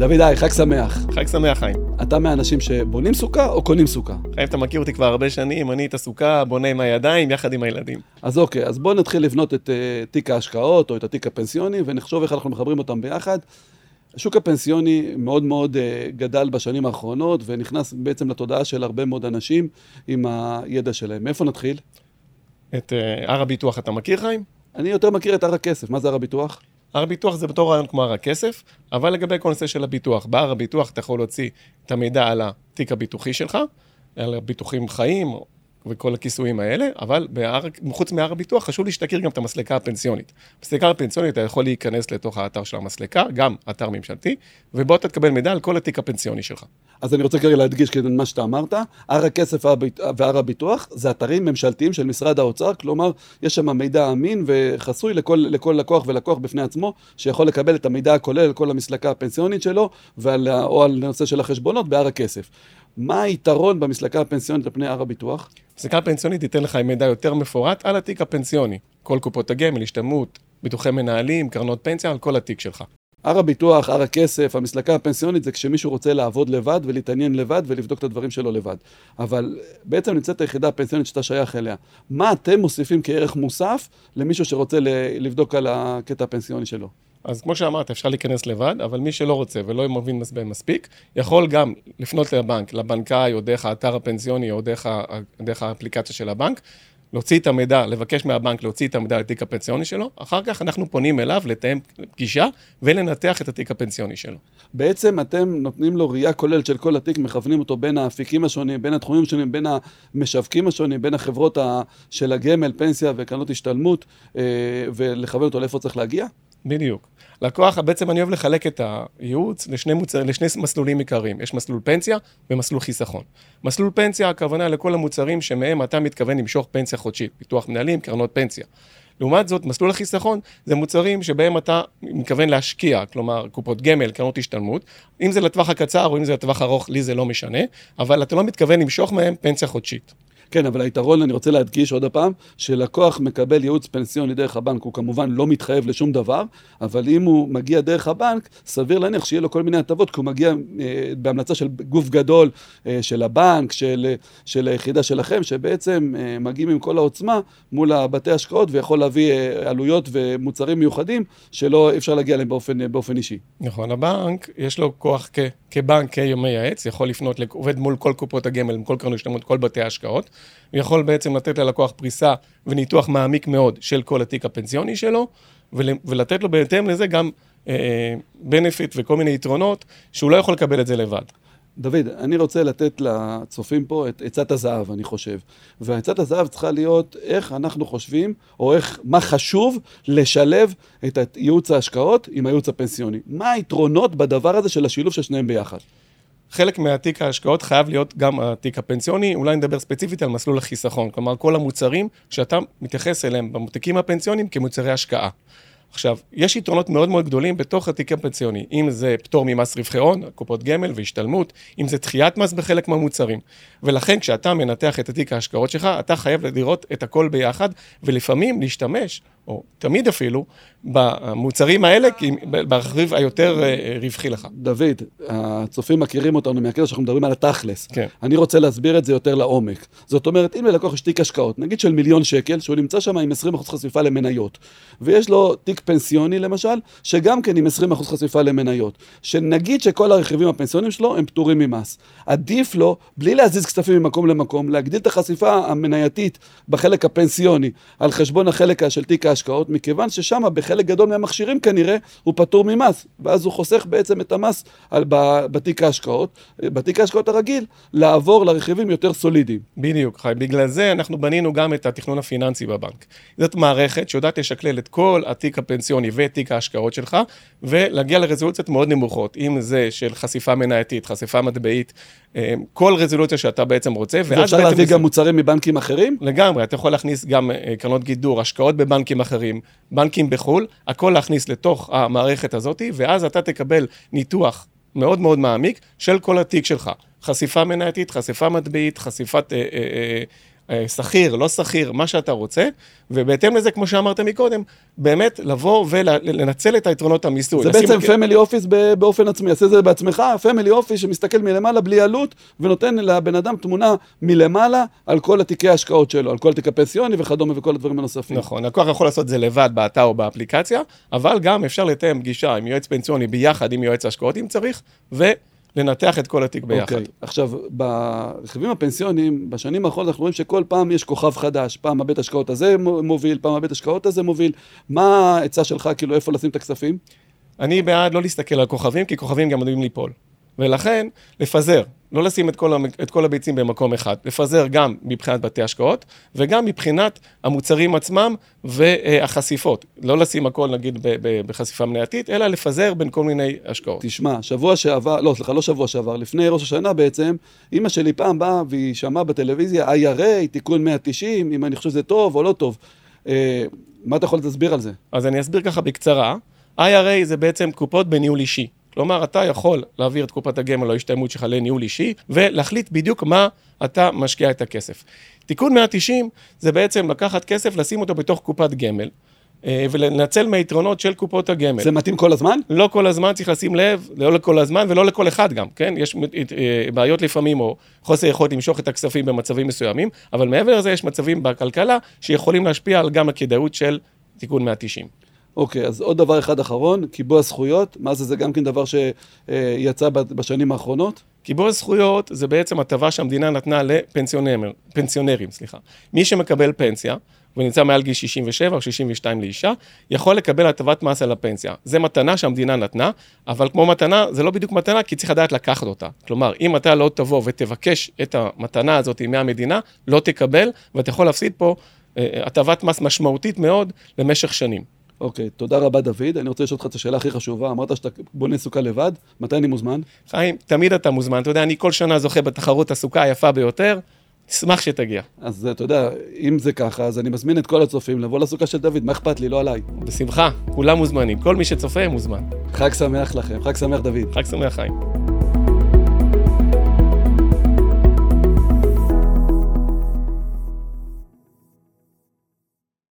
דוד, חג שמח. חג שמח, חיים. אתה מהאנשים שבונים סוכה או קונים סוכה? חיים, אתה מכיר אותי כבר הרבה שנים, אני את הסוכה בונה עם הידיים יחד עם הילדים. אז אוקיי, אז בואו נתחיל לבנות את תיק ההשקעות או את התיק הפנסיוני, ונחשוב איך אנחנו מחברים אותם ביחד. השוק הפנסיוני מאוד מאוד גדל בשנים האחרונות, ונכנס בעצם לתודעה של הרבה מאוד אנשים עם הידע שלהם. מאיפה נתחיל? את הר הביטוח אתה מכיר, חיים? אני יותר מכיר את הר הכסף. מה זה הר הביטוח? הר הביטוח זה בתור רעיון כמו הר הכסף, אבל לגבי כל נושא של הביטוח, בהר הביטוח אתה יכול להוציא את המידע על התיק הביטוחי שלך, על הביטוחים חיים וכל הכיסויים האלה, אבל חוץ מהר הביטוח חשוב לי שתכיר גם את המסלקה הפנסיונית. במסלקה הפנסיונית אתה יכול להיכנס לתוך האתר של המסלקה, גם אתר ממשלתי, ובו אתה תקבל מידע על כל התיק הפנסיוני שלך. אז אני רוצה כרגע להדגיש כדי מה שאתה אמרת, הר הכסף והר הביטוח זה אתרים ממשלתיים של משרד האוצר, כלומר יש שם מידע אמין וחסוי לכל לקוח ולקוח בפני עצמו, שיכול לקבל את המידע הכולל על כל המסלקה הפנסיונית שלו, או על נושא של החשבונות בהר הכסף. מה היתרון במסלקה הפנסיונית לפני הר הביטוח? המסלקה הפנסיונית תיתן לך מידע יותר מפורט על התיק הפנסיוני, כל קופות הגמל, השתלמות, ביטוחי מנהלים, קרנות פנסיה, על כל התיק שלך. הר הביטוח, הר הכסף, המסלקה הפנסיונית זה כשמישהו רוצה לעבוד לבד ולהתעניין לבד ולבדוק את הדברים שלו לבד. אבל בעצם נמצאת היחידה הפנסיונית שאתה שייך אליה. מה אתם מוסיפים כערך מוסף למישהו שרוצה לבדוק על הקטע הפנסיוני שלו? אז כמו שאמרת, אפשר להיכנס לבד, אבל מי שלא רוצה ולא מבין מספיק, יכול גם לפנות לבנק, לבנקאי או דרך האתר הפנסיוני או דרך האפליקציה של הבנק, להוציא את המידע, לבקש מהבנק להוציא את המידע לתיק הפנסיוני שלו, אחר כך אנחנו פונים אליו לתאם פגישה ולנתח את התיק הפנסיוני שלו. בעצם אתם נותנים לו ראייה כוללת של כל התיק, מכוונים אותו בין האפיקים השונים, בין התחומים השונים, בין המשווקים השונים, בין החברות של הגמל, פנסיה וקרנות השתלמות, ולכוון אותו לאיפה צריך להגיע? בדיוק. לקוח, בעצם אני אוהב לחלק את הייעוץ לשני מסלולים עיקריים. יש מסלול פנסיה ומסלול חיסכון. מסלול פנסיה, הכוונה לכל המוצרים שמהם אתה מתכוון למשוך פנסיה חודשית, ביטוח מנהלים, קרנות פנסיה. לעומת זאת, מסלול החיסכון זה מוצרים שבהם אתה מתכוון להשקיע, כלומר, קופות גמל, קרנות השתלמות. אם זה לטווח הקצר או אם זה לטווח ארוך, לי זה לא משנה, אבל אתה לא מתכוון למשוך מהם פנסיה חודשית. כן, אבל היתרון, אני רוצה להדגיש עוד הפעם, שלקוח מקבל ייעוץ פנסיוני דרך הבנק, הוא כמובן לא מתחייב לשום דבר, אבל אם הוא מגיע דרך הבנק, סביר להניח שיהיה לו כל מיני הטבות, כי הוא מגיע בהמלצה של גוף גדול, של הבנק, של היחידה שלכם, שבעצם מגיעים עם כל העוצמה מול הבתי השקעות, ויכול להביא עלויות ומוצרים מיוחדים, שלא אפשר להגיע להם באופן אישי. נכון, הבנק יש לו כוח כבנק, כיומי העץ, יכול לפנות, עובד מול כל קופות הגמל, כל קרנות השתלמות, כל בתי ההשקעות, הוא יכול בעצם לתת ללקוח פריסה וניתוח מעמיק מאוד של כל התיק הפנסיוני שלו, ולתת לו בהתאם לזה גם בנפיט וכל מיני יתרונות, שהוא לא יכול לקבל את זה לבד. דוד, אני רוצה לתת לצופים פה את עצת הזהב, אני חושב. והעצת הזהב צריכה להיות איך אנחנו חושבים, או מה חשוב לשלב את ייעוץ ההשקעות עם הייעוץ הפנסיוני. מה היתרונות בדבר הזה של השילוב של שניהם ביחד? חלק מהתיק ההשקעות חייב להיות גם התיק הפנסיוני, אולי נדבר ספציפית על מסלול החיסכון, כלומר כל המוצרים שאתה מתייחס אליהם במותיקים הפנסיוניים כמוצרי השקעה. עכשיו, יש יתרונות מאוד מאוד גדולים בתוך התיק הפנסיוני, אם זה פטור ממס רווחי הון, קופות גמל והשתלמות, אם זה דחיית מס בחלק מהמוצרים. ולכן כשאתה מנתח את התיק ההשקעות שלך, אתה חייב לראות את הכל ביחד, ולפעמים להשתמש, או תמיד אפילו, במוצרים האלה, כי ברכיב היותר רווחי לך. דוד, הצופים מכירים אותנו מהקטע שאנחנו מדברים על התכלס. כן. אני רוצה להסביר את זה יותר לעומק. זאת אומרת, אם ללקוח יש תיק השקעות, נגיד של 1,000,000 שקל, שהוא נמצא שם עם 20% חשיפה למניות, ויש לו תיק פנסיוני למשל, שגם כן עם 20% חשיפה למניות, שנגיד שכל הרכיבים הפנסיוניים שלו הם פטורים ממס. עדיף לו, בלי להזיז כספים ממקום למקום, להגדיל את החשיפה המנייתית בחלק הפנסיוני, על חשבון החלק של תיק ההשקעות, מכיוון ששם בחלק גדול מהמכשירים כנראה הוא פטור ממס, ואז הוא חוסך בעצם את המס בתיק ההשקעות, בתיק ההשקעות הרגיל, לעבור לרכיבים יותר סולידיים. בדיוק, חי. בגלל זה אנחנו בנינו גם את התכנון הפיננסי בבנק. זאת מערכת שיודעת לשקלל את כל התיק הפנסיוני ותיק ההשקעות שלך, ולהגיע לרזולוציות מאוד נמוכות, אם זה של חשיפה מנייתית, חשיפה מטבעית, כל רזולוציה שאתה בעצם רוצה. ואפשר להביא גם מוצרים מבנקים אחרים? לגמרי, אתה יכול להכניס גם קרנות גידור, השקעות בבנקים אחרים, בנקים בחול, הכל להכניס לתוך המערכת הזאת, ואז אתה תקבל ניתוח מאוד מאוד מעמיק של כל התיק שלך. חשיפה מנייתית, חשיפה מטבעית, חשיפת שכיר, לא שכיר, מה שאתה רוצה, ובהתאם לזה, כמו שאמרת מקודם, באמת לבוא ולנצל את היתרונות המיסוי. זה בעצם פמילי אופיס באופן עצמי, עשה זה בעצמך, פמילי אופיס שמסתכל מלמעלה בלי עלות, ונותן לבן אדם תמונה מלמעלה על כל התיקי ההשקעות שלו, על כל התיק הפנסיוני וכדומה וכל הדברים הנוספים. נכון, לקוח יכול לעשות את זה לבד באתר או באפליקציה, אבל גם אפשר לתאם פגישה עם יועץ פנסיוני ביחד עם יועץ השקעות אם צריך, לנתח את כל התיק ביחד. אוקיי, עכשיו, ברכיבים הפנסיוניים, בשנים האחרונות אנחנו רואים שכל פעם יש כוכב חדש, פעם הבית השקעות הזה מוביל, פעם הבית השקעות הזה מוביל. מה העצה שלך, כאילו, איפה לשים את הכספים? אני בעד לא להסתכל על כוכבים, כי כוכבים גם עלולים ליפול. ולכן, לפזר, לא לשים את כל הביצים במקום אחד. לפזר גם מבחינת בתי השקעות, וגם מבחינת המוצרים עצמם והחשיפות. לא לשים הכל, נגיד, בחשיפה מנייתית, אלא לפזר בין כל מיני השקעות. תשמע, לא שבוע שעבר, לפני ראש השנה בעצם, אמא שלי פעם באה והיא שמעה בטלוויזיה, IRA, תיקון 190, אם אני חושב שזה טוב או לא טוב. מה אתה יכול להסביר על זה? אז אני אסביר ככה בקצרה. IRA זה בעצם קופות בניהול אישי. כלומר, אתה יכול להעביר את קופת הגמל או השתלמות שלך לניהול אישי, ולהחליט בדיוק מה אתה משקיע את הכסף. תיקון 190 זה בעצם לקחת כסף, לשים אותו בתוך קופת גמל, ולנצל מהיתרונות של קופות הגמל. זה מתאים כל הזמן? לא כל הזמן, צריך לשים לב, לא לכל הזמן ולא לכל אחד גם, כן? יש בעיות לפעמים או חוסר יכולת למשוך את הכספים במצבים מסוימים, אבל מעבר לזה יש מצבים בכלכלה שיכולים להשפיע על גם הכדאיות של תיקון 190. אוקיי, אז עוד דבר אחד אחרון, קיבוע זכויות, מה זה גם כן דבר שיצא בשנים האחרונות? קיבוע זכויות זה בעצם הטבה שהמדינה נתנה לפנסיונרים, מי שמקבל פנסיה, ונמצא מעל גיל 67 או 62 לאישה, יכול לקבל הטבת מס על הפנסיה. זה מתנה שהמדינה נתנה, אבל כמו מתנה, זה לא בדיוק מתנה, כי צריך לדעת לקחת אותה. כלומר, אם אתה לא תבוא ותבקש את המתנה הזאת מהמדינה, לא תקבל, ואתה יכול להפסיד פה הטבת מס משמעותית מאוד למשך שנים. אוקיי, תודה רבה דוד. אני רוצה לשאול אותך את השאלה הכי חשובה. אמרת שאתה בונה סוכה לבד, מתי אני מוזמן? חיים, תמיד אתה מוזמן. אתה יודע, אני כל שנה זוכה בתחרות הסוכה היפה ביותר, אשמח שתגיע. אז אתה יודע, אם זה ככה, אז אני מזמין את כל הצופים לבוא לסוכה של דוד. מה אכפת לי? לא עליי. בשמחה, כולם מוזמנים. כל מי שצופה מוזמן. חג שמח לכם. חג שמח דוד. חג שמח חיים.